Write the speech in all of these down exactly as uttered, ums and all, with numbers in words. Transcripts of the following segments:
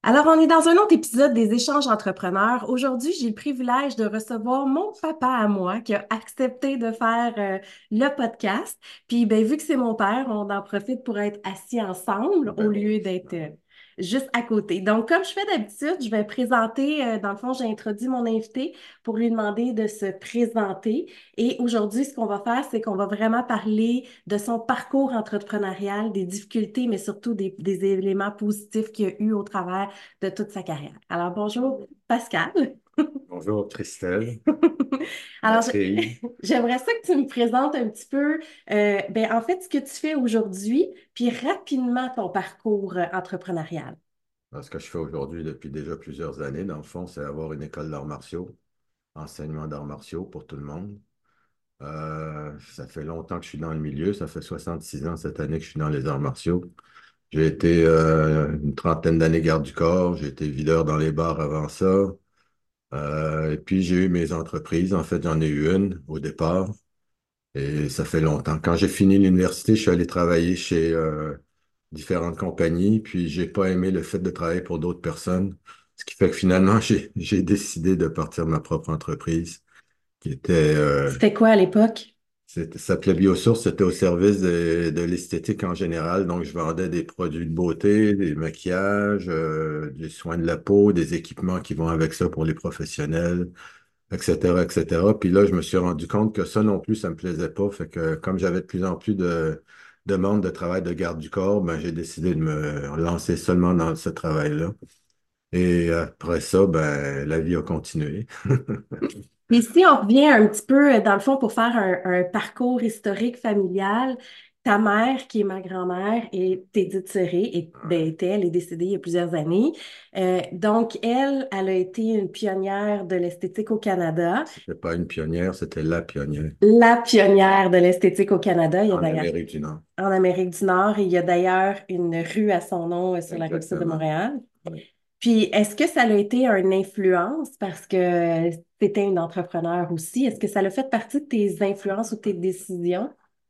Alors, on est dans un autre épisode des échanges entrepreneurs. Aujourd'hui, j'ai le privilège de recevoir mon papa à moi qui a accepté de faire euh, le podcast. Puis, ben, vu que c'est mon père, on en profite pour être assis ensemble au Ben oui. lieu d'être euh, juste à côté. Donc, comme je fais d'habitude, je vais présenter, euh, dans le fond, j'ai introduit mon invité pour lui demander de se présenter. Et aujourd'hui, ce qu'on va faire, c'est qu'on va vraiment parler de son parcours entrepreneurial, des difficultés, mais surtout des, des éléments positifs qu'il a eu au travers de toute sa carrière. Alors, bonjour Pascal. Bonjour Christelle, ma Alors, je- fille. j'aimerais ça que tu me présentes un petit peu, euh, ben, en fait, ce que tu fais aujourd'hui, puis rapidement ton parcours euh, entrepreneurial. Ce que je fais aujourd'hui depuis déjà plusieurs années, dans le fond, c'est avoir une école d'arts martiaux, enseignement d'arts martiaux pour tout le monde. Euh, ça fait longtemps que je suis dans le milieu, ça fait soixante-six ans cette année que je suis dans les arts martiaux. J'ai été euh, une trentaine d'années garde du corps, j'ai été videur dans les bars avant ça. Euh, et puis j'ai eu mes entreprises, en fait j'en ai eu une au départ. Et ça fait longtemps. Quand j'ai fini l'université, je suis allé travailler chez euh, différentes compagnies, puis j'ai pas aimé le fait de travailler pour d'autres personnes, ce qui fait que finalement, j'ai j'ai décidé de partir de ma propre entreprise, qui était, euh, C'était quoi à l'époque? c'était- ça s'appelait Biosource, c'était au service de, de l'esthétique en général. Donc, je vendais des produits de beauté, des maquillages, euh, des soins de la peau, des équipements qui vont avec ça pour les professionnels, et cetera, et cetera. Puis là, je me suis rendu compte que ça non plus, ça me plaisait pas. Fait que comme j'avais de plus en plus de demandes de travail de garde du corps, ben, j'ai décidé de me lancer seulement dans ce travail-là. Et après ça, ben, la vie a continué. Puis si on revient un petit peu, euh, dans le fond, pour faire un, un parcours historique familial, ta mère, qui est ma grand-mère, est Édith Serré, et ben, était, elle est décédée il y a plusieurs années. Euh, donc, elle, elle a été une pionnière de l'esthétique au Canada, C'était pas une pionnière, c'était la pionnière la pionnière de l'esthétique au Canada. Il y a en d'ailleurs Amérique du Nord. en Amérique du Nord, et il y a d'ailleurs une rue à son nom euh, sur la rive sud de Exactement. Montréal. Oui. Puis, est-ce que ça a été une influence parce que c'était une entrepreneur aussi? Est-ce que ça a fait partie de tes influences ou tes décisions?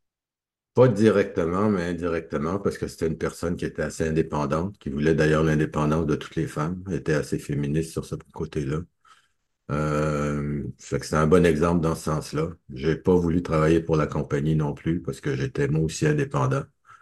Pas directement, mais indirectement, parce que c'était une personne qui était assez indépendante, qui voulait d'ailleurs l'indépendance de toutes les femmes, elle était assez féministe sur ce côté-là. Euh, fait que c'est un bon exemple dans ce sens-là. J'ai pas voulu travailler pour la compagnie non plus parce que j'étais moi aussi indépendant.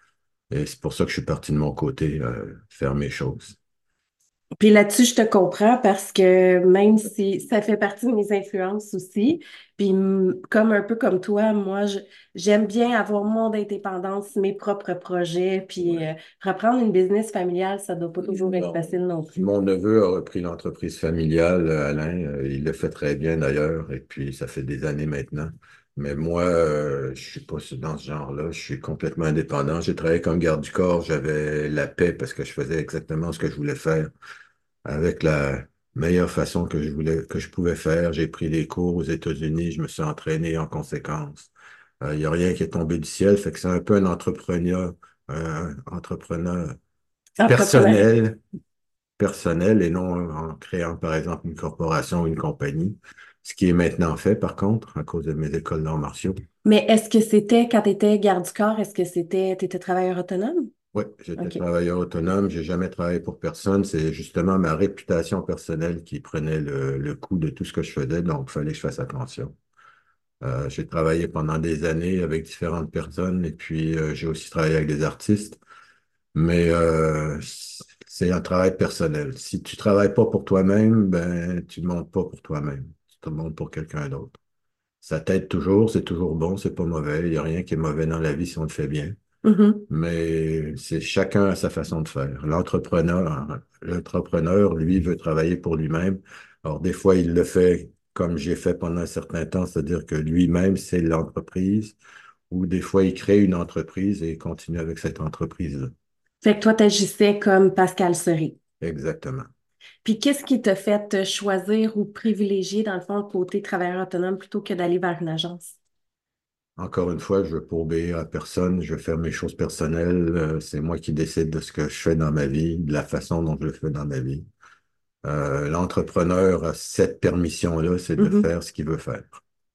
Et c'est pour ça que je suis parti de mon côté, euh, faire mes choses. Puis là-dessus, je te comprends parce que même si ça fait partie de mes influences aussi, puis m- comme un peu comme toi, moi, je- j'aime bien avoir mon indépendance, mes propres projets, puis Ouais. euh, reprendre une business familiale, ça doit pas toujours être Non. facile non plus. Mon neveu a repris l'entreprise familiale, euh, Alain. Euh, il le fait très bien d'ailleurs. Et puis, ça fait des années maintenant. Mais moi, euh, je suis pas dans ce genre-là. Je suis complètement indépendant. J'ai travaillé comme garde du corps. J'avais la paix parce que je faisais exactement ce que je voulais faire, avec la meilleure façon que je voulais, que je pouvais faire. J'ai pris des cours aux États-Unis, je me suis entraîné en conséquence. Euh, Il n'y a rien qui est tombé du ciel, fait que c'est un peu un entrepreneur, un entrepreneur Entrepreneuriat. personnel, personnel et non en créant par exemple une corporation ou une compagnie. Ce qui est maintenant fait, par contre, à cause de mes écoles d'arts martiaux. Mais est-ce que c'était, quand tu étais garde du corps, est-ce que c'était, tu étais travailleur autonome? Oui, j'étais OK. travailleur autonome, j'ai jamais travaillé pour personne. C'est justement ma réputation personnelle qui prenait le, le coup de tout ce que je faisais, donc il fallait que je fasse attention. Euh, j'ai travaillé pendant des années avec différentes personnes et puis euh, j'ai aussi travaillé avec des artistes, mais euh, c'est un travail personnel. Si tu travailles pas pour toi-même, ben tu ne montes pas pour toi-même. Tu te montes pour quelqu'un d'autre. Ça t'aide toujours, c'est toujours bon, c'est pas mauvais. Il n'y a rien qui est mauvais dans la vie si on le fait bien. Mhm. Mais c'est chacun à sa façon de faire. L'entrepreneur, l'entrepreneur, lui, veut travailler pour lui-même. Alors, des fois, il le fait comme j'ai fait pendant un certain temps, c'est-à-dire que lui-même, c'est l'entreprise, ou des fois, il crée une entreprise et il continue avec cette entreprise-là. Fait que toi, t'agissais comme Pascal Seri. Exactement. Puis qu'est-ce qui t'a fait choisir ou privilégier, dans le fond, le côté travailleur autonome plutôt que d'aller vers une agence? Encore une fois, je veux pas obéir à personne, je veux faire mes choses personnelles. Euh, C'est moi qui décide de ce que je fais dans ma vie, de la façon dont je le fais dans ma vie. Euh, l'entrepreneur a cette permission-là, c'est de Mhm. faire ce qu'il veut faire.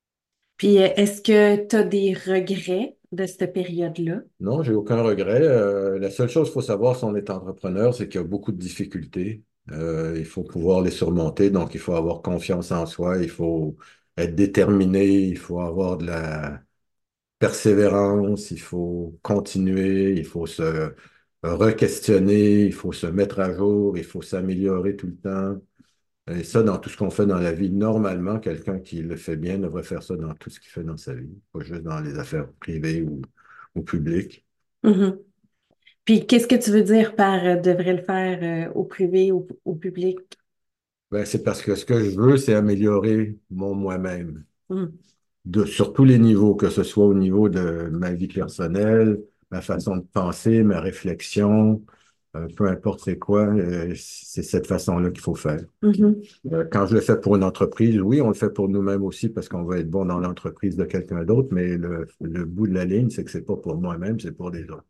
Puis euh, est-ce que tu as des regrets de cette période-là? Non, j'ai aucun regret. Euh, la seule chose qu'il faut savoir si on est entrepreneur, c'est qu'il y a beaucoup de difficultés. Euh, il faut pouvoir les surmonter, donc il faut avoir confiance en soi, il faut être déterminé, il faut avoir de la persévérance, il faut continuer, il faut se re-questionner, il faut se mettre à jour, il faut s'améliorer tout le temps. Et ça, dans tout ce qu'on fait dans la vie, normalement, quelqu'un qui le fait bien devrait faire ça dans tout ce qu'il fait dans sa vie, pas juste dans les affaires privées ou, ou publiques. Mhm. Puis, qu'est-ce que tu veux dire par euh, devrait le faire euh, au privé ou au public? Ben, c'est parce que ce que je veux, c'est améliorer mon moi-même, Mhm. de, sur tous les niveaux, que ce soit au niveau de ma vie personnelle, ma façon de penser, ma réflexion, euh, peu importe c'est quoi, euh, c'est cette façon-là qu'il faut faire. Mhm. Euh, Quand je le fais pour une entreprise, oui, on le fait pour nous-mêmes aussi parce qu'on va être bon dans l'entreprise de quelqu'un d'autre, mais le, le bout de la ligne, c'est que c'est pas pour moi-même, c'est pour les autres.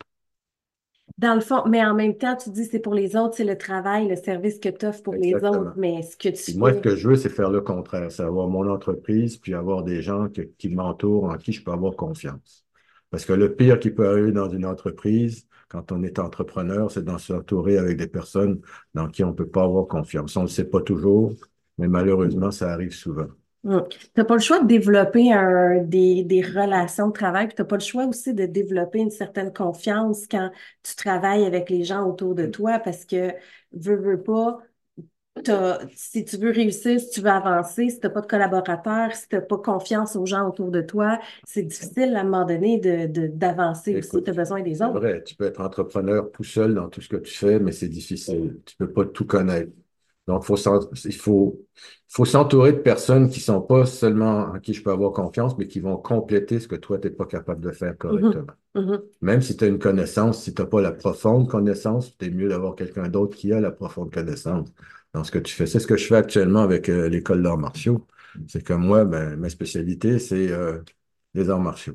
Dans le fond, mais en même temps, tu dis c'est pour les autres, c'est le travail, le service que tu offres pour les autres, Exactement. mais ce que Puis tu moi, ce fais. que je veux, c'est faire le contraire, c'est avoir mon entreprise, puis avoir des gens que- qui m'entourent, en qui je peux avoir confiance. Parce que le pire qui peut arriver dans une entreprise, quand on est entrepreneur, c'est d'en s'entourer avec des personnes dans qui on ne peut pas avoir confiance. On ne le sait pas toujours, mais malheureusement, ça arrive souvent. Tu n'as pas le choix de développer un, des, des relations de travail, puis tu n'as pas le choix aussi de développer une certaine confiance quand tu travailles avec les gens autour de toi, parce que, veux, veux pas, t'as- si tu veux réussir, si tu veux avancer, si tu n'as pas de collaborateurs, si tu n'as pas confiance aux gens autour de toi, c'est difficile à un moment donné de, de- d'avancer aussi. Tu as Écoute, besoin des c'est autres. vrai, tu peux être entrepreneur tout seul dans tout ce que tu fais, mais c'est difficile. Tu peux pas tout connaître. Donc, faut s'en- il faut, faut s'entourer de personnes qui sont pas seulement en qui je peux avoir confiance, mais qui vont compléter ce que toi, tu n'es pas capable de faire Mhm, correctement. mhm. Même si tu as une connaissance, si tu n'as pas la profonde connaissance, c'est mieux d'avoir quelqu'un d'autre qui a la profonde connaissance dans ce que tu fais. C'est ce que je fais actuellement avec euh, l'école d'arts martiaux. C'est que moi, ben, ma spécialité, c'est euh, les arts martiaux.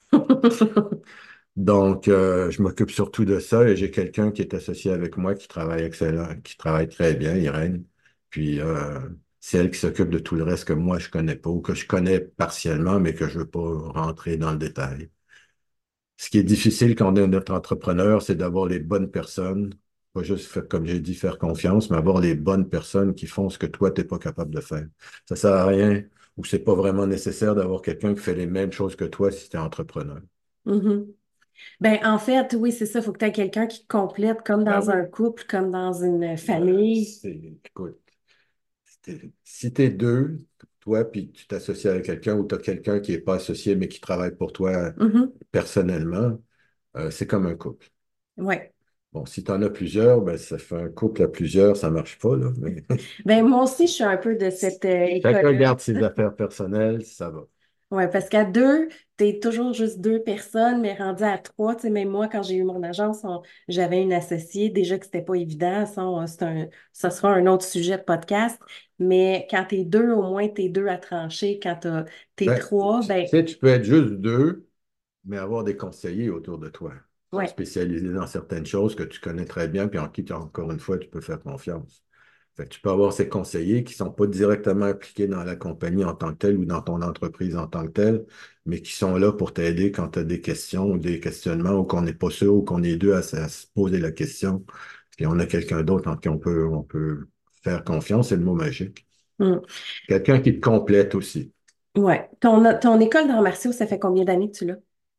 Donc, euh, je m'occupe surtout de ça et j'ai quelqu'un qui est associé avec moi qui travaille excellent, qui travaille très bien, Irène. Puis, euh, c'est elle qui s'occupe de tout le reste que moi, je connais pas ou que je connais partiellement, mais que je veux pas rentrer dans le détail. Ce qui est difficile quand on est notre entrepreneur, c'est d'avoir les bonnes personnes, pas juste faire, comme j'ai dit, faire confiance, mais avoir les bonnes personnes qui font ce que toi, tu n'es pas capable de faire. Ça sert à rien ou c'est pas vraiment nécessaire d'avoir quelqu'un qui fait les mêmes choses que toi si tu es entrepreneur. Mhm. Ben, en fait, oui, c'est ça. Il faut que tu aies quelqu'un qui te complète comme Ben dans un oui. couple, comme dans une Ben, famille. c'est- écoute, si t'es si t'es deux, toi, puis tu t'associes avec quelqu'un ou tu as quelqu'un qui n'est pas associé mais qui travaille pour toi Mhm. personnellement, euh, c'est comme un couple. Ouais. Bon, si tu en as plusieurs, ben, ça fait un couple à plusieurs, ça marche pas, là, mais Ben, moi aussi, je suis un peu de cette euh, chacun école-là. garde ses affaires personnelles, ça va. Ouais, parce qu'à deux, t'es toujours juste deux personnes, mais rendu à trois, tu sais, même moi, quand j'ai eu mon agence, on- j'avais une associée, déjà que c'était pas évident, ça, on- c'est un, ça sera un autre sujet de podcast, mais quand t'es deux, au moins, t'es deux à trancher. Quand t'as- t'es Ben, trois, tu tu ben, sais, tu peux être juste deux, mais avoir des conseillers autour de toi qui sont ouais. spécialisés dans certaines choses que tu connais très bien, puis en qui, tu- encore une fois, tu peux faire confiance. Fait que tu peux avoir ces conseillers qui ne sont pas directement impliqués dans la compagnie en tant que telle ou dans ton entreprise en tant que telle, mais qui sont là pour t'aider quand tu as des questions ou des questionnements ou qu'on n'est pas sûr ou qu'on est deux à, se à se poser la question. Puis on a quelqu'un d'autre en qui on peut, on peut faire confiance, c'est le mot magique. Hmm. Quelqu'un qui te complète aussi. Ouais. Ton, ton école d'arts martiaux, ça fait combien d'années que tu l'as?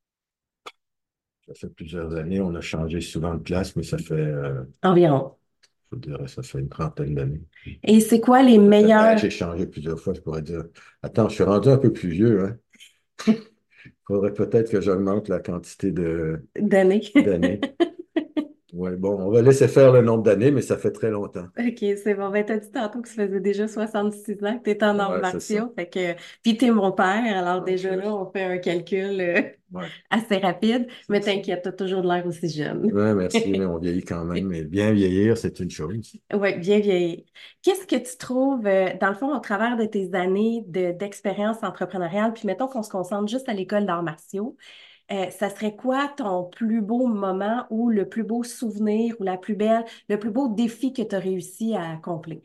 Ça fait plusieurs années, on a changé souvent de classe, mais ça fait, euh, Environ. je dirais, ça fait une trentaine d'années. Et c'est quoi les Ben, meilleurs j'ai changé plusieurs fois, je pourrais dire. Attends, je suis rendu un peu plus vieux, hein. Il faudrait peut-être que j'augmente la quantité de d'années? d'années. Ouais, bon, on va laisser faire le nombre d'années, mais ça fait très longtemps. OK, c'est bon. Ben, t'as dit tantôt que ça faisait déjà soixante-six ans que t'étais en arts Ouais, c'est ça. martiaux. Fait que, puis t'es mon père, alors Donc, déjà euh, là, on fait un calcul euh, ouais, assez rapide. Mais c'est ça. t'inquiète, t'as toujours de l'air aussi jeune. Ouais, merci, mais on vieillit quand même. Mais bien vieillir, c'est une chose. Oui, bien vieilli. Qu'est-ce que tu trouves, euh, dans le fond, au travers de tes années de, d'expérience entrepreneuriale, puis mettons qu'on se concentre juste à l'école d'arts martiaux, euh, ça serait quoi ton plus beau moment ou le plus beau souvenir ou la plus belle, le plus beau défi que tu as réussi à accomplir?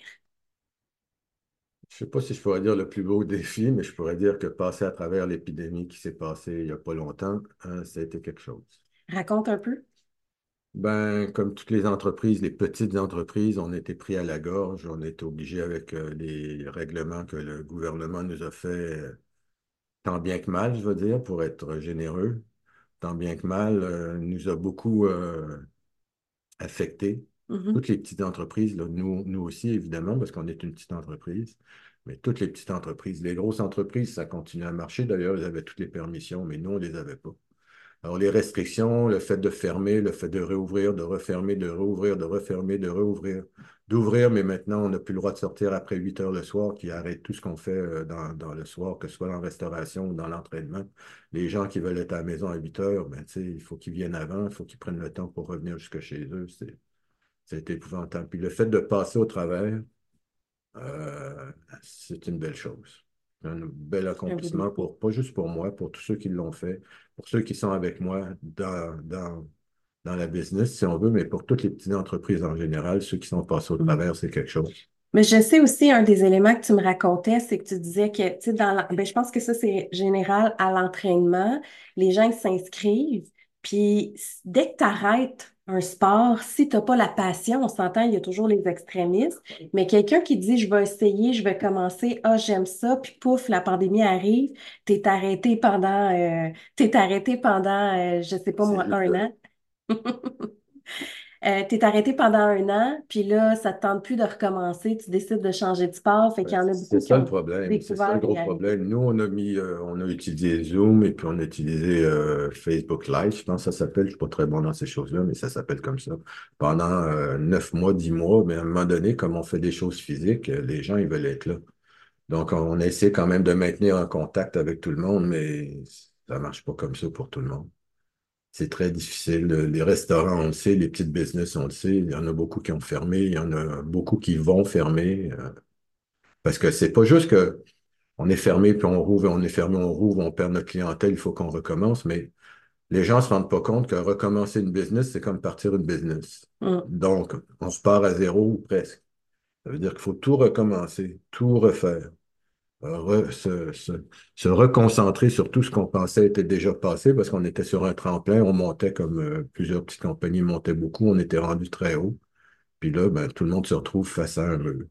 Je sais pas si je pourrais dire le plus beau défi, mais je pourrais dire que passer à travers l'épidémie qui s'est passée il n'y a pas longtemps, hein, ça a été quelque chose. Raconte un peu. Ben, comme toutes les entreprises, les petites entreprises, on a été pris à la gorge. On a été obligé avec euh, les règlements que le gouvernement nous a fait, euh, tant bien que mal, je veux dire, pour être généreux. Tant bien que mal, euh, nous a beaucoup euh, affectés. Mhm. Toutes les petites entreprises, là, nous, nous aussi, évidemment, parce qu'on est une petite entreprise, mais toutes les petites entreprises, les grosses entreprises, ça continue à marcher. D'ailleurs, ils avaient toutes les permissions, mais nous, on ne les avait pas. Alors, les restrictions, le fait de fermer, le fait de réouvrir, de refermer, de réouvrir, de refermer, de réouvrir, d'ouvrir, mais maintenant, on n'a plus le droit de sortir après huit heures le soir, qui arrête tout ce qu'on fait euh, dans, dans le soir, que ce soit dans la restauration ou dans l'entraînement. Les gens qui veulent être à la maison à huit heures, ben, tu sais, il faut qu'ils viennent avant, il faut qu'ils prennent le temps pour revenir jusque chez eux. C'est, c'est épouvantable. Puis le fait de passer au travers, euh, c'est une belle chose. Un bel Un beau accomplissement défi. pour, pas juste pour moi, pour tous ceux qui l'ont fait, pour ceux qui sont avec moi dans, dans, dans la business, si on veut, mais pour toutes les petites entreprises en général, ceux qui sont passés au Mhm. travers, c'est quelque chose. Mais je sais aussi, un des éléments que tu me racontais, c'est que tu disais que, tu sais, dans la- ben, je pense que ça, c'est général à l'entraînement. Les gens qui s'inscrivent, puis s- dès que tu arrêtes un sport, si tu n'as pas la passion, on s'entend, il y a toujours les extrémistes, mais quelqu'un qui dit, je vais essayer, je vais commencer, ah, j'aime ça, puis pouf, la pandémie arrive, t'es arrêté pendant, euh, t'es arrêté pendant, euh, je sais pas C'est moi, juste un ça. an. Euh, t'es arrêté pendant un an, puis là, ça te tente plus de recommencer, tu décides de changer de sport. Fait qu'il Ben, y en a c'est beaucoup qui ça le ont problème. C'est ça le découvert gros et arrêté. problème. Nous, on a mis, euh, on a utilisé Zoom et puis on a utilisé euh, Facebook Live, je pense que ça s'appelle. Je suis pas très bon dans ces choses-là, mais ça s'appelle comme ça. Pendant euh, neuf mois, dix mois, mais à un moment donné, comme on fait des choses physiques, euh, les gens, ils veulent être là. Donc, on essaie quand même de maintenir un contact avec tout le monde, mais ça marche pas comme ça pour tout le monde. C'est très difficile. Les restaurants, on le sait, les petites business, on le sait. Il y en a beaucoup qui ont fermé, il y en a beaucoup qui vont fermer. euh, Parce que c'est pas juste que on est fermé, puis on rouvre, on est fermé, on rouvre, on perd notre clientèle, il faut qu'on recommence, mais les gens se rendent pas compte que recommencer une business, c'est comme partir une business. Mm. Donc, on repart à zéro ou presque. Ça veut dire qu'il faut tout recommencer, tout refaire, euh, re- se, se- se reconcentrer sur tout ce qu'on pensait était déjà passé parce qu'on était sur un tremplin, on montait comme euh, plusieurs petites compagnies montaient beaucoup, on était rendu très haut. Puis là, ben, tout le monde se retrouve face à un mur.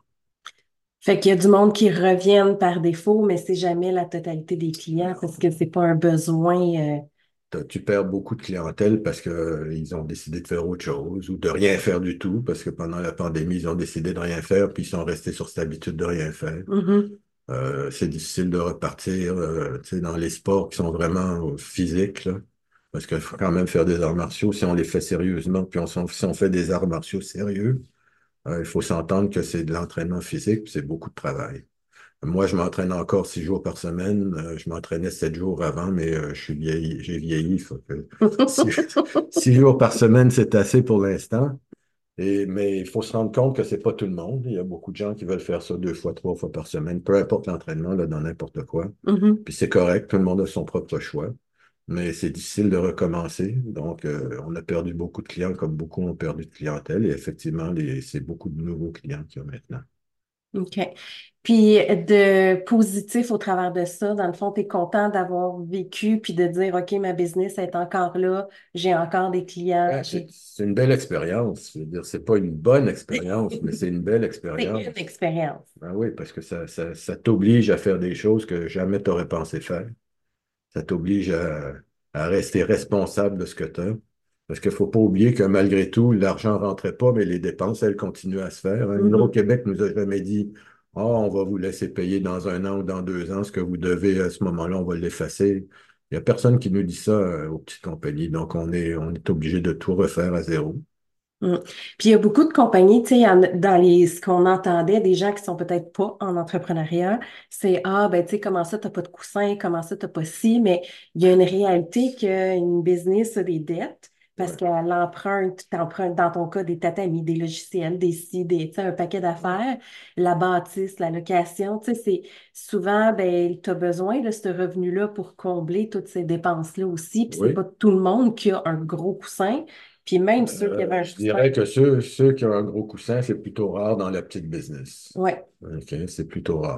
Fait qu'il y a du monde qui reviennent par défaut, mais c'est jamais la totalité des clients parce que c'est pas un besoin. euh, T'as- Tu perds beaucoup de clientèle parce qu'ils ont décidé de faire autre chose ou de rien faire du tout parce que pendant la pandémie, ils ont décidé de rien faire puis ils sont restés sur cette habitude de rien faire. mhm, Euh, c'est difficile de repartir euh, tu sais, dans les sports qui sont vraiment euh, physiques, là, parce qu'il faut quand même faire des arts martiaux si on les fait sérieusement, puis on, s'en- si on fait des arts martiaux sérieux, euh, il faut s'entendre que c'est de l'entraînement physique, puis c'est beaucoup de travail. Moi, je m'entraîne encore six jours par semaine. Euh, je m'entraînais sept jours avant, mais euh, je suis vieilli, j'ai vieilli. Faut que six, six jours par semaine, c'est assez pour l'instant. Et, mais il faut se rendre compte que c'est pas tout le monde. Il y a beaucoup de gens qui veulent faire ça deux fois, trois fois par semaine, peu importe l'entraînement, là, dans n'importe quoi. mhm. Puis c'est correct, tout le monde a son propre choix. Mais c'est difficile de recommencer. Donc, euh, on a perdu beaucoup de clients, comme beaucoup ont perdu de clientèle. Et effectivement, les- c'est beaucoup de nouveaux clients qu'il y a maintenant. OK. Puis de positif au travers de ça, dans le fond, tu es content d'avoir vécu puis de dire, OK, ma business est encore là, j'ai encore des clients, Ben, c'est j'ai c'est une belle expérience. Je veux dire, c'est pas une bonne expérience, mais c'est une belle c'est une expérience. expérience. Ben oui, parce que ça, ça, ça t'oblige à faire des choses que jamais tu aurais pensé faire. Ça t'oblige à, à rester responsable de ce que tu as. Parce qu'il ne faut pas oublier que malgré tout, l'argent ne rentrait pas, mais les dépenses, elles continuent à se faire. Hein. Mhm. Hydro-Québec nous a jamais dit, ah, on va vous laisser payer dans un an ou dans deux ans ce que vous devez à ce moment-là, on va l'effacer. Il n'y a personne qui nous dit ça euh, aux petites compagnies. Donc, on est, on est obligé de tout refaire à zéro. Mm. Puis il y a beaucoup de compagnies, tu sais, il y en a- dans les, ce qu'on entendait, des gens qui sont peut-être pas en entrepreneuriat, c'est ah, ben, tu sais, comment ça, t'as pas de coussin, comment ça, t'as pas ci, mais il y a une réalité qu'une business a des dettes parce Ouais. qu'elle emprunte, t'empruntes dans ton cas des tatamis, des logiciels, des ci, des, tu sais, un paquet d'affaires, la bâtisse, la location, tu sais, c'est souvent, ben, tu as besoin de ce revenu-là pour combler toutes ces dépenses-là aussi, puis c'est Oui. pas tout le monde qui a un gros coussin. Puis même ceux qui avaient Euh, un je coussin. dirais que ceux, ceux qui ont un gros coussin, c'est plutôt rare dans la petite business. Ouais. OK, c'est plutôt rare.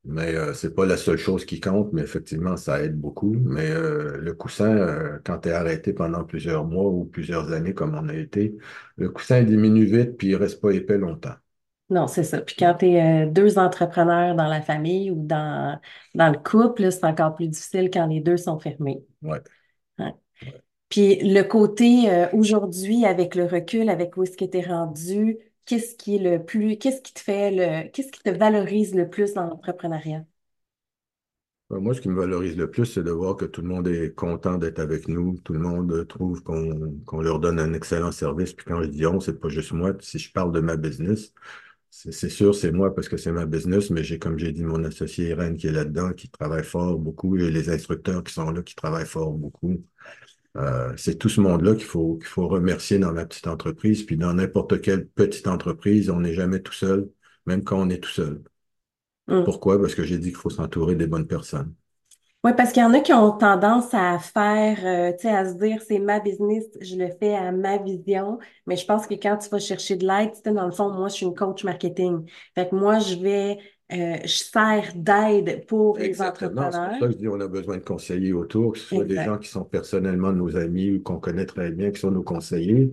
Mais euh, c'est pas la seule chose qui compte, mais effectivement, ça aide beaucoup. Mais euh, le coussin, euh, quand tu es arrêté pendant plusieurs mois ou plusieurs années, comme on a été, le coussin il diminue vite, puis il reste pas épais longtemps. Non, c'est ça. Puis quand tu es deux entrepreneurs dans la famille ou dans, dans le couple, là, c'est encore plus difficile quand les deux sont fermés. Ouais. Ouais. Ouais. Puis le côté euh, aujourd'hui, avec le recul, avec où est-ce que tu es rendu, qu'est-ce qui est le plus, qu'est-ce qui te fait le, qu'est-ce qui te valorise le plus dans l'entrepreneuriat? Euh, Moi, ce qui me valorise le plus, c'est de voir que tout le monde est content d'être avec nous. Tout le monde euh, trouve qu'on qu'on leur donne un excellent service. Puis quand je dis on, c'est pas juste moi. Si je parle de ma business, c'est c'est sûr, c'est moi parce que c'est ma business, mais j'ai, comme j'ai dit, mon associé Irène qui est là-dedans, qui travaille fort beaucoup. J'ai les instructeurs qui sont là, qui travaillent fort beaucoup. Euh, c'est tout ce monde-là qu'il faut, qu'il faut remercier dans ma petite entreprise. Puis dans n'importe quelle petite entreprise, on n'est jamais tout seul, même quand on est tout seul. Pourquoi? Parce que j'ai dit qu'il faut s'entourer des bonnes personnes. Oui, parce qu'il y en a qui ont tendance à faire, euh, tu sais, à se dire, c'est ma business, je le fais à ma vision. Mais je pense que quand tu vas chercher de l'aide, tu sais, dans le fond, moi, je suis une coach marketing. Fait que moi, je vais, euh, je sers d'aide pour les Exactement. C'est pour entrepreneurs. ça que je dis on a besoin de conseillers autour, que ce soit des gens Exact. qui sont personnellement nos amis ou qu'on connaît très bien, qui sont nos conseillers,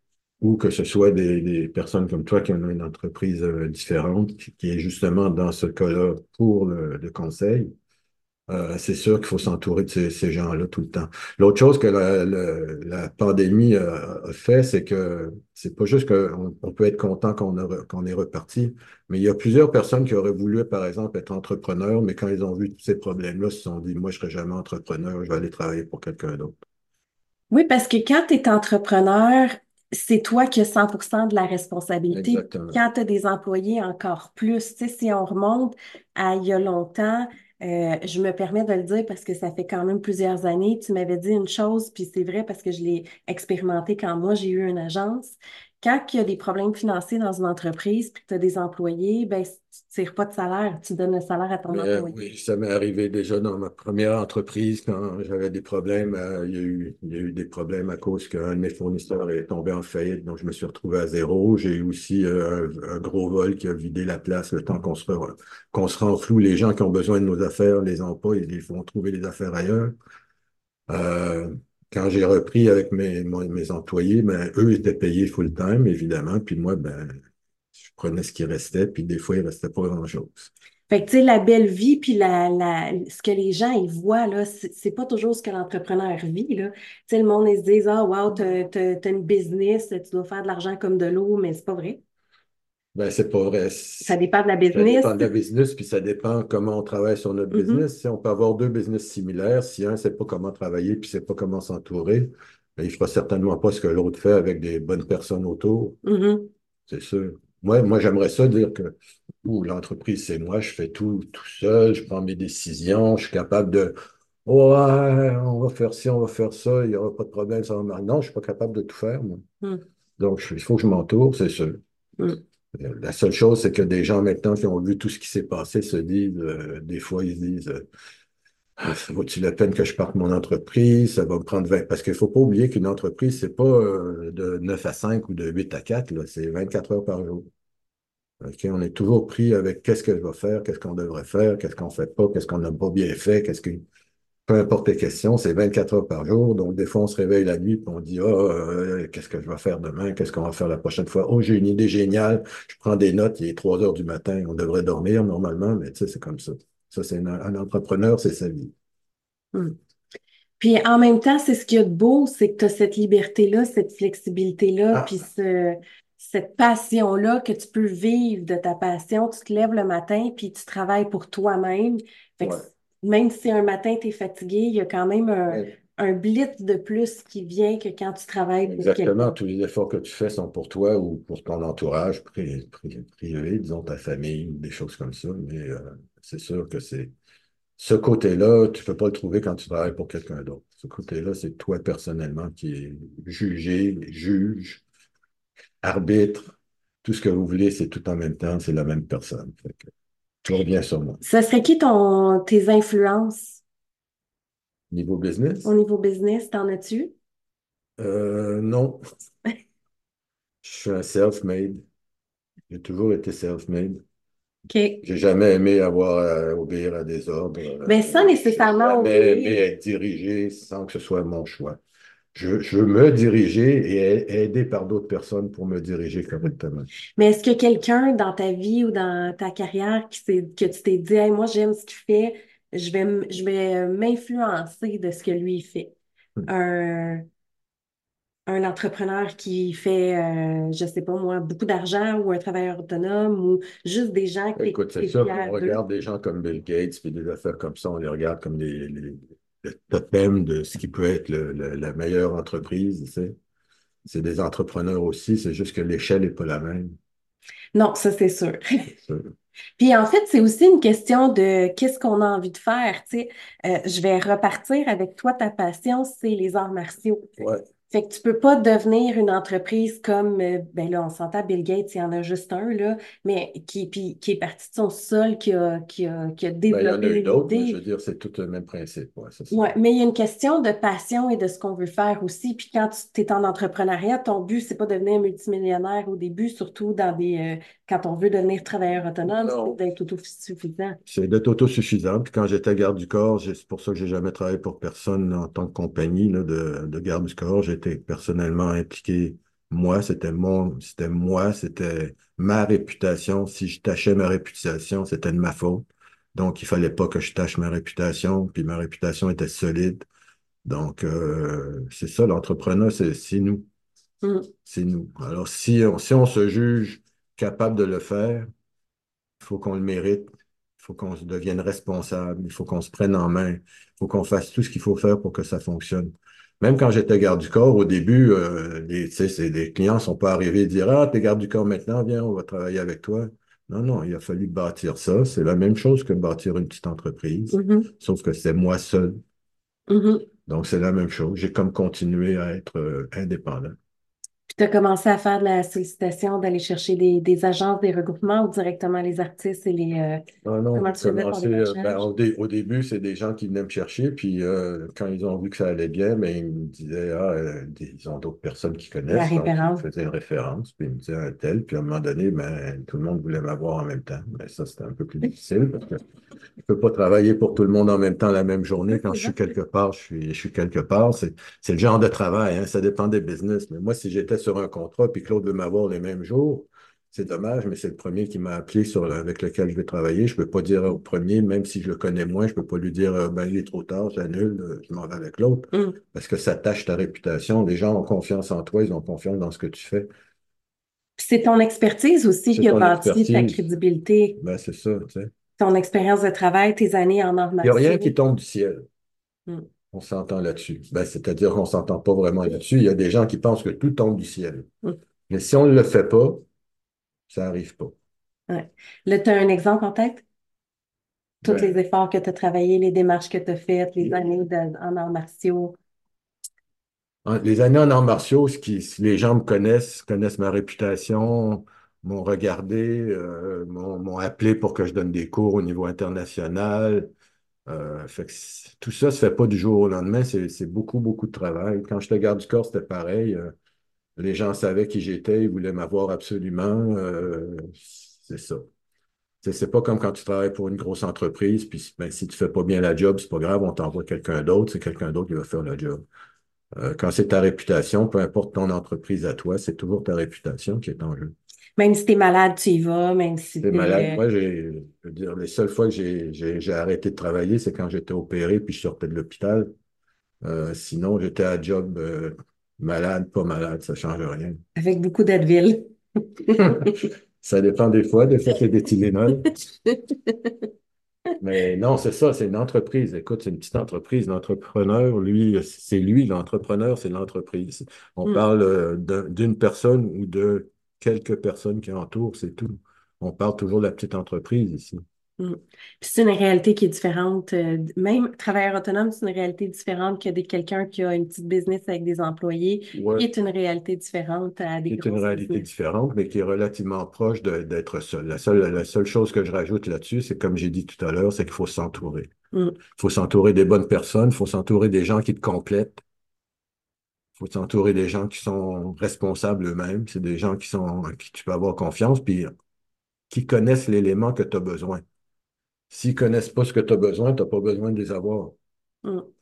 ou que ce soit des, des personnes comme toi qui ont une entreprise euh, différente, qui, qui est justement dans ce cas-là pour le, le conseil. Euh, c'est sûr qu'il faut s'entourer de ces, ces gens-là tout le temps. L'autre chose que la, la- la pandémie a, a fait, c'est que c'est pas juste qu'on on peut être content qu'on a re- qu'on est reparti, mais il y a plusieurs personnes qui auraient voulu, par exemple, être entrepreneurs, mais quand ils ont vu tous ces problèmes-là, ils se sont dit, moi, je serai jamais entrepreneur, je vais aller travailler pour quelqu'un d'autre. Oui, parce que quand tu es entrepreneur, c'est toi qui as cent pour cent de la responsabilité. Exactement. Quand tu as des employés, encore plus. Tu sais, si on remonte à il y a longtemps, euh, je me permets de le dire parce que ça fait quand même plusieurs années. Tu m'avais dit une chose, puis c'est vrai parce que je l'ai expérimenté quand moi j'ai eu une agence. Quand il y a des problèmes financiers dans une entreprise, puis que tu as des employés, ben, tu ne tires pas de salaire, tu donnes le salaire à ton Mais euh, employé. oui, ça m'est arrivé déjà dans ma première entreprise quand j'avais des problèmes. Euh, il y a eu, il y a eu des problèmes à cause qu'un de mes fournisseurs est tombé en faillite, donc je me suis retrouvé à zéro. J'ai eu aussi euh, un, un gros vol qui a vidé la place le temps qu'on se, re- qu'on se renfloue. Les gens qui ont besoin de nos affaires les ont pas, ils, ils vont trouver les affaires ailleurs. Euh, Quand j'ai repris avec mes, mon- mes employés, ben, eux étaient payés full-time, évidemment, puis moi, ben, je prenais ce qui restait, puis des fois, il restait pas grand-chose. Fait que, tu sais, la belle vie, puis la, la, ce que les gens, ils voient, là, c'est c'est pas toujours ce que l'entrepreneur vit, là. Tu sais, le monde, ils se disent, ah, wow, t'as, t'as, t'as une business, tu dois faire de l'argent comme de l'eau, mais c'est pas vrai. Ben, c'est pas vrai. Ça dépend de la Ça business. dépend de la business, puis ça dépend comment on travaille sur notre Mhm, business. Si on peut avoir deux business similaires, si un ne sait pas comment travailler, puis ne sait pas comment s'entourer, ben, il fera certainement pas ce que l'autre fait avec des bonnes personnes autour, mhm. c'est sûr. Moi, moi j'aimerais ça dire que ouh, l'entreprise, c'est moi, je fais tout tout seul, je prends mes décisions, je suis capable de ouais, on va faire ci, on va faire ça, il n'y aura pas de problème, ça va marcher. Non, je suis pas capable de tout faire, moi. Mhm, Donc, je- il faut que je m'entoure, c'est sûr. mhm. Euh, La seule chose, c'est que des gens maintenant qui ont vu tout ce qui s'est passé se disent, euh, des fois, ils se disent, euh, ah, ça vaut-il la peine que je parte mon entreprise? Ça va me prendre vingt. Parce qu'il ne faut pas oublier qu'une entreprise, c'est pas euh, de neuf à cinq ou de huit à quatre, là, c'est vingt-quatre heures par jour. OK? On est toujours pris avec qu'est-ce que je vais faire, qu'est-ce qu'on devrait faire, qu'est-ce qu'on ne fait pas, qu'est-ce qu'on n'a pas bien fait, qu'est-ce que. Peu importe les questions, c'est vingt-quatre heures par jour. Donc, des fois, on se réveille la nuit et on dit, oh, euh, qu'est-ce que je vais faire demain? Qu'est-ce qu'on va faire la prochaine fois? Oh, j'ai une idée géniale. Je prends des notes. Il est trois heures du matin. On devrait dormir normalement, mais tu sais, c'est comme ça. Ça, c'est un, un entrepreneur, c'est sa vie. Mhm. Puis en même temps, c'est ce qu'il y a de beau, c'est que tu as cette liberté-là, cette flexibilité-là, puis Ah, ce, cette passion-là que tu peux vivre de ta passion. Tu te lèves le matin, puis tu travailles pour toi-même. Fait que ouais. même si un matin, tu es fatigué, il y a quand même un, Ouais. un blitz de plus qui vient que quand tu travailles pour Exactement. quelqu'un. Tous les efforts que tu fais sont pour toi ou pour ton entourage pri- pri- privé, disons ta famille, des choses comme ça. Mais euh, c'est sûr que c'est ce côté-là, tu ne peux pas le trouver quand tu travailles pour quelqu'un d'autre. Ce côté-là, c'est toi personnellement qui est jugé, juge, arbitre, tout ce que vous voulez, c'est tout en même temps, c'est la même personne. Fait que, tout revient sur moi. Ce serait qui ton, tes influences Niveau au business, niveau business? T'en as-tu? euh, non, je suis un self-made. J'ai toujours été self-made. OK. J'ai jamais aimé avoir à obéir à des ordres. Ben, euh, sans J'ai nécessairement jamais aimé obéir. être dirigé sans que ce soit mon choix. Je, je veux me diriger et a- aider par d'autres personnes pour me diriger correctement. Mais est-ce que quelqu'un dans ta vie ou dans ta carrière qui s'est, que tu t'es dit, hey, moi, j'aime ce qu'il fait, je vais, m- je vais euh, m'influencer de ce que lui il fait? Un, un entrepreneur qui fait, euh, je sais pas moi, beaucoup d'argent ou un travailleur autonome ou juste des gens que Écoute, c'est tu es sûr qu'on fier d'eux? regarde des gens comme Bill Gates puis des affaires comme ça, on les regarde comme les, les- le totem de ce qui peut être le- le- la meilleure entreprise, tu sais. C'est des entrepreneurs aussi, c'est juste que l'échelle n'est pas la même. Non, ça c'est sûr. Ça. Puis en fait, c'est aussi une question de qu'est-ce qu'on a envie de faire, tu sais. Euh, je vais repartir avec toi, ta passion, c'est les arts martiaux. Ouais. Fait que tu peux pas devenir une entreprise comme, euh, ben là, on s'entend, Bill Gates, il y en a juste un, là, mais qui, puis, qui est parti de son sol, qui a, qui a, qui a Ben, il y en a développé eu une d'autres, mais je veux idée. dire, c'est tout le même principe. Ouais, c'est ça. Ouais, mais il y a une question de passion et de ce qu'on veut faire aussi. Puis quand tu es en entrepreneuriat, ton but, c'est pas de devenir multimillionnaire au début, surtout dans des, euh, quand on veut devenir travailleur autonome, c'est Non. d'être autosuffisant. C'est d'être autosuffisant. Puis quand j'étais garde du corps, j'ai- c'est pour ça que j'ai jamais travaillé pour personne en tant que compagnie là, de, de garde du corps. J'étais personnellement impliqué. Moi, c'était mon, c'était moi, c'était ma réputation. Si je tachais ma réputation, c'était de ma faute. Donc, il fallait pas que je tâche ma réputation. Puis ma réputation était solide. Donc, euh, c'est ça, l'entrepreneur, c'est c'est nous. Mm. C'est nous. Alors, si on, si on se juge capable de le faire, il faut qu'on le mérite. Il faut qu'on se devienne responsable. Il faut qu'on se prenne en main. Il faut qu'on fasse tout ce qu'il faut faire pour que ça fonctionne. Même quand j'étais garde du corps, au début, euh, les, tu sais, c'est- les clients ne sont pas arrivés et dire, ah, t'es garde du corps maintenant, viens, on va travailler avec toi. Non, non, il a fallu bâtir ça. C'est la même chose que bâtir une petite entreprise, Mhm. sauf que c'est moi seul. Mhm. Donc, c'est la même chose. J'ai comme continué à être euh, indépendant. Puis tu as commencé à faire de la sollicitation, d'aller chercher des, des agences, des regroupements ou directement les artistes et les... euh, Ah non, comment j'ai tu faisais ton commencé, euh, ben, démarchage? au, dé- au début, c'est des gens qui venaient me chercher, puis euh, quand ils ont vu que ça allait bien, ben, ils me disaient, ah, euh, des- ils ont d'autres personnes qui La connaissent, donc ils me référence. faisaient une référence, puis ils me disaient un tel, puis à un moment donné, ben, tout le monde voulait m'avoir en même temps. Mais ça, c'était un peu plus difficile, parce que je peux pas travailler pour tout le monde en même temps la même journée. Quand je suis quelque part, je suis, je suis quelque part. C'est, c'est le genre de travail, hein, ça dépend des business. Mais moi, si j'étais sur un contrat, puis Claude veut m'avoir les mêmes jours, c'est dommage, mais c'est le premier qui m'a appelé sur, avec lequel je vais travailler. Je peux pas dire au premier, même si je le connais moins, je peux pas lui dire, euh, ben, il est trop tard, j'annule, euh, je m'en vais avec l'autre. Mm. Parce que ça tâche ta réputation. Les gens ont confiance en toi, ils ont confiance dans ce que tu fais. Puis c'est ton expertise aussi C'est qui a ton bâti ta expertise. crédibilité, Ben, c'est ça, tu sais. ton expérience de travail, tes années en arts Il n'y a rien qui martiaux. tombe du ciel. Mm. On s'entend là-dessus. Ben, c'est-à-dire qu'on s'entend pas vraiment là-dessus. Il y a des gens qui pensent que tout tombe du ciel. Mm. Mais si on ne le fait pas, ça n'arrive pas. Ouais. Là, tu as un exemple en tête? Tous les Ben, efforts que tu as travaillés, les démarches que tu as faites, les années de- en arts martiaux. en- les années en arts martiaux, ce qui, si les gens me connaissent, connaissent ma réputation, m'ont regardé, euh, m'ont m'ont appelé pour que je donne des cours au niveau international. Euh, fait que c- tout ça se fait pas du jour au lendemain. C'est c'est beaucoup, beaucoup de travail. Quand j'étais garde du corps, c'était pareil. Euh, les gens savaient qui j'étais, ils voulaient m'avoir absolument. Euh, c'est ça. C'est c'est pas comme quand tu travailles pour une grosse entreprise, puis ben, si tu fais pas bien la job, c'est pas grave, on t'envoie quelqu'un d'autre, c'est quelqu'un d'autre qui va faire le job. Euh, quand c'est ta réputation, peu importe ton entreprise à toi, c'est toujours ta réputation qui est en jeu. Même si tu es malade, tu y vas, même si T'es tu malade. es... Moi, j'ai, je veux dire, les seules fois que j'ai j'ai- j'ai arrêté de travailler, c'est quand j'étais opéré puis je sortais de l'hôpital. Euh, sinon, j'étais à job euh, malade, pas malade, ça change rien. avec beaucoup d'Advil. Ça dépend des fois. Des fois, c'est des Tylenol. Mais non, c'est ça, c'est une entreprise. Écoute, c'est une petite entreprise. L'entrepreneur, lui, c'est lui, l'entrepreneur, c'est l'entreprise. On Mm. parle euh, d'un- d'une personne ou de quelques personnes qui entourent, c'est tout. On parle toujours de la petite entreprise ici. Mm. Puis c'est une réalité qui est différente. euh, Même travailleur autonome, c'est une réalité différente que des- quelqu'un qui a une petite business avec des employés, qui Ouais, est une réalité différente à des c'est une grosses réalité business. différente, mais qui est relativement proche de- d'être seul. La seule, la seule chose que je rajoute là-dessus, c'est comme j'ai dit tout à l'heure, c'est qu'il faut s'entourer. Mm. Il faut s'entourer des bonnes personnes, il faut s'entourer des gens qui te complètent. Il faut s'entourer des gens qui sont responsables eux-mêmes. C'est des gens qui sont, en qui tu peux avoir confiance. Puis qui connaissent l'élément que tu as besoin. S'ils ne connaissent pas ce que tu as besoin, tu n'as pas besoin de les avoir. Mm.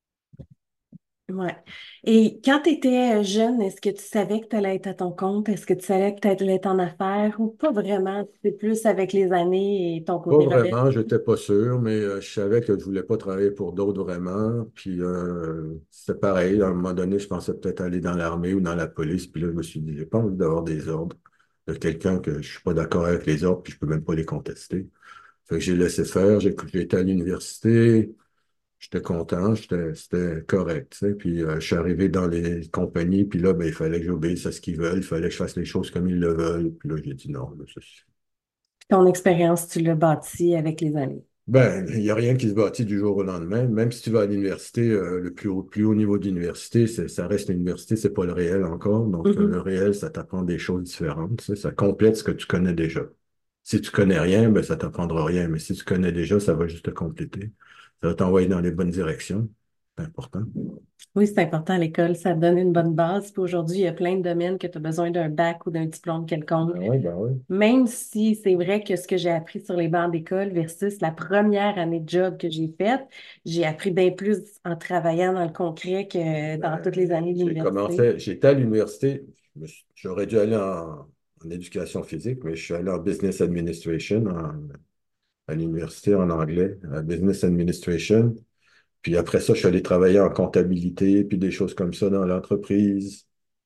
Ouais. Et quand tu étais jeune, est-ce que tu savais que tu allais être à ton compte? Est-ce que tu savais que tu allais être en affaires ou pas vraiment? C'est plus avec les années et ton Pas côté rebelle? vraiment, j'étais pas sûr, mais euh, je savais que je voulais pas travailler pour d'autres vraiment. Puis euh, c'était pareil, à un moment donné, je pensais peut-être aller dans l'armée ou dans la police. Puis là, je me suis dit, j'ai pas envie d'avoir des ordres de quelqu'un que je suis pas d'accord avec les ordres, puis je peux même pas les contester. Fait que j'ai laissé faire, j'ai j'ai été à l'université, j'étais content, j'étais, c'était correct, tu sais. Puis euh, je suis arrivé dans les compagnies, puis là, ben, il fallait que j'obéisse à ce qu'ils veulent, il fallait que je fasse les choses comme ils le veulent. Puis là, j'ai dit non, là, ça suffit. Ton expérience, tu l'as bâtie avec les années. Ben, il n'y a rien qui se bâtit du jour au lendemain. Même si tu vas à l'université, euh, le plus haut, plus haut niveau d'université, c'est, ça reste l'université, c'est pas le réel encore. Donc, euh, le Mhm. réel, ça t'apprend des choses différentes. Tu sais, ça complète ce que tu connais déjà. Si tu connais rien, ben, ça t'apprendra rien. Mais si tu connais déjà, ça va juste te compléter. Ça va t'envoyer dans les bonnes directions. C'est important. Oui, c'est important à l'école, ça te donne une bonne base. Puis aujourd'hui, il y a plein de domaines que tu as besoin d'un bac ou d'un diplôme quelconque. Ben oui, ben oui. Même si c'est vrai que ce que j'ai appris sur les bancs d'école versus la première année de job que j'ai faite, j'ai appris bien plus en travaillant dans le concret que dans toutes les Ben, années de j'ai l'université. commencé, j'étais à l'université. Je me suis- J'aurais dû aller en, en éducation physique, mais je suis allé en business administration, en à l'université en anglais, à Business Administration. Puis après ça, je suis allé travailler en comptabilité, puis des choses comme ça dans l'entreprise.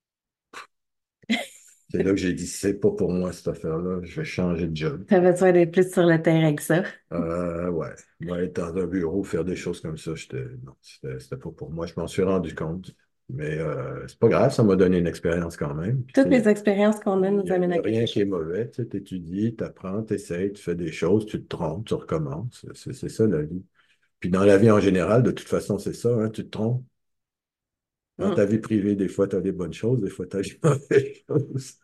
C'est là que j'ai dit, c'est pas pour moi cette affaire-là, je vais changer de job. Tu avais besoin d'être plus sur le terrain que ça. Euh, ouais, moi, être dans un bureau, faire des choses comme ça, j'étais, non, c'était c'était pas pour moi. Je m'en suis rendu compte. Mais euh, c'est pas grave, ça m'a donné une expérience quand même. Puis, tu Toutes sais, les expériences qu'on a il nous n'y a, il amènent y à a quelque rien qui est chose. mauvais. Tu étudies, tu apprends, tu essaies, tu fais des choses, tu te trompes, tu recommences. C'est c'est ça la vie. Puis dans la vie en général, de toute façon, c'est ça, hein, tu te trompes. Dans Mm. ta vie privée, des fois, tu as des bonnes choses, des fois, tu as des mauvaises choses.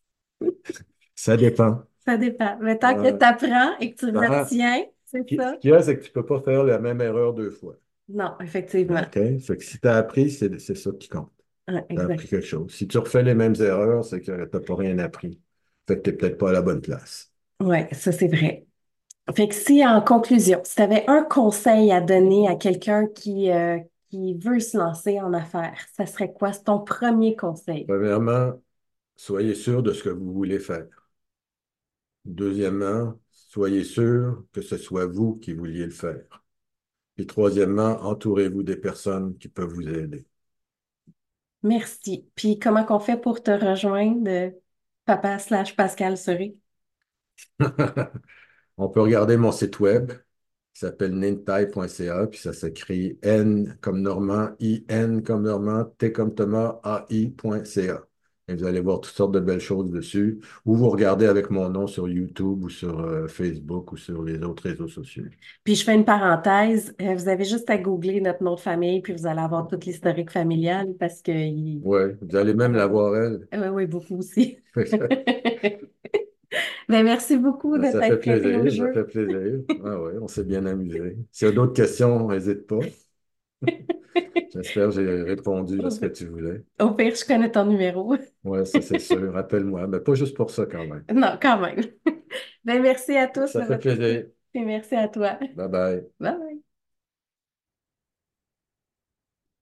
Ça dépend. Ça dépend. Mais tant que Euh, tu apprends et que tu tant- retiens, c'est Ce qui- ce ça? qu'il y a, c'est que tu ne peux pas faire la même erreur deux fois. Non, effectivement. OK? Fait que si tu as appris, c'est c'est ça qui compte. Ouais, Tu as appris exact. quelque chose. Si tu refais les mêmes erreurs, c'est que tu n'as pas rien appris. Fait que tu n'es peut-être pas à la bonne place. Ouais, ça c'est vrai. Fait que si, en conclusion, si tu avais un conseil à donner à quelqu'un qui, euh, qui veut se lancer en affaires, ça serait quoi? C'est ton premier conseil. Premièrement, soyez sûr de ce que vous voulez faire. Deuxièmement, soyez sûr que ce soit vous qui vouliez le faire. Et troisièmement, entourez-vous des personnes qui peuvent vous aider. Merci. Puis comment qu'on fait pour te rejoindre, euh, papa slash Pascal Seré? On peut regarder mon site web qui s'appelle nintai point c a, puis ça s'écrit N comme Normand, I N comme Normand, T comme Thomas, A I point C A. Et vous allez voir toutes sortes de belles choses dessus. Ou vous regardez avec mon nom sur YouTube ou sur euh, Facebook ou sur les autres réseaux sociaux. Puis je fais une parenthèse, euh, vous avez juste à googler notre nom de famille, puis vous allez avoir tout l'historique familial parce que il... Ouais, vous allez même la voir, elle. Oui, oui, beaucoup aussi. Ben, merci beaucoup de Ça fait t'être prêté au plaisir, ça jeu. fait plaisir. Ah ouais, on s'est bien amusé. S'il y a d'autres questions, n'hésite pas. J'espère que j'ai répondu à ce que tu voulais. Au pire, je connais ton numéro. Ouais, ça c'est sûr. Rappelle-moi. Mais pas juste pour ça quand même. Non, quand même. Ben, merci à tous Ça de fait votre écoute plaisir. et merci à toi. Bye bye. Bye.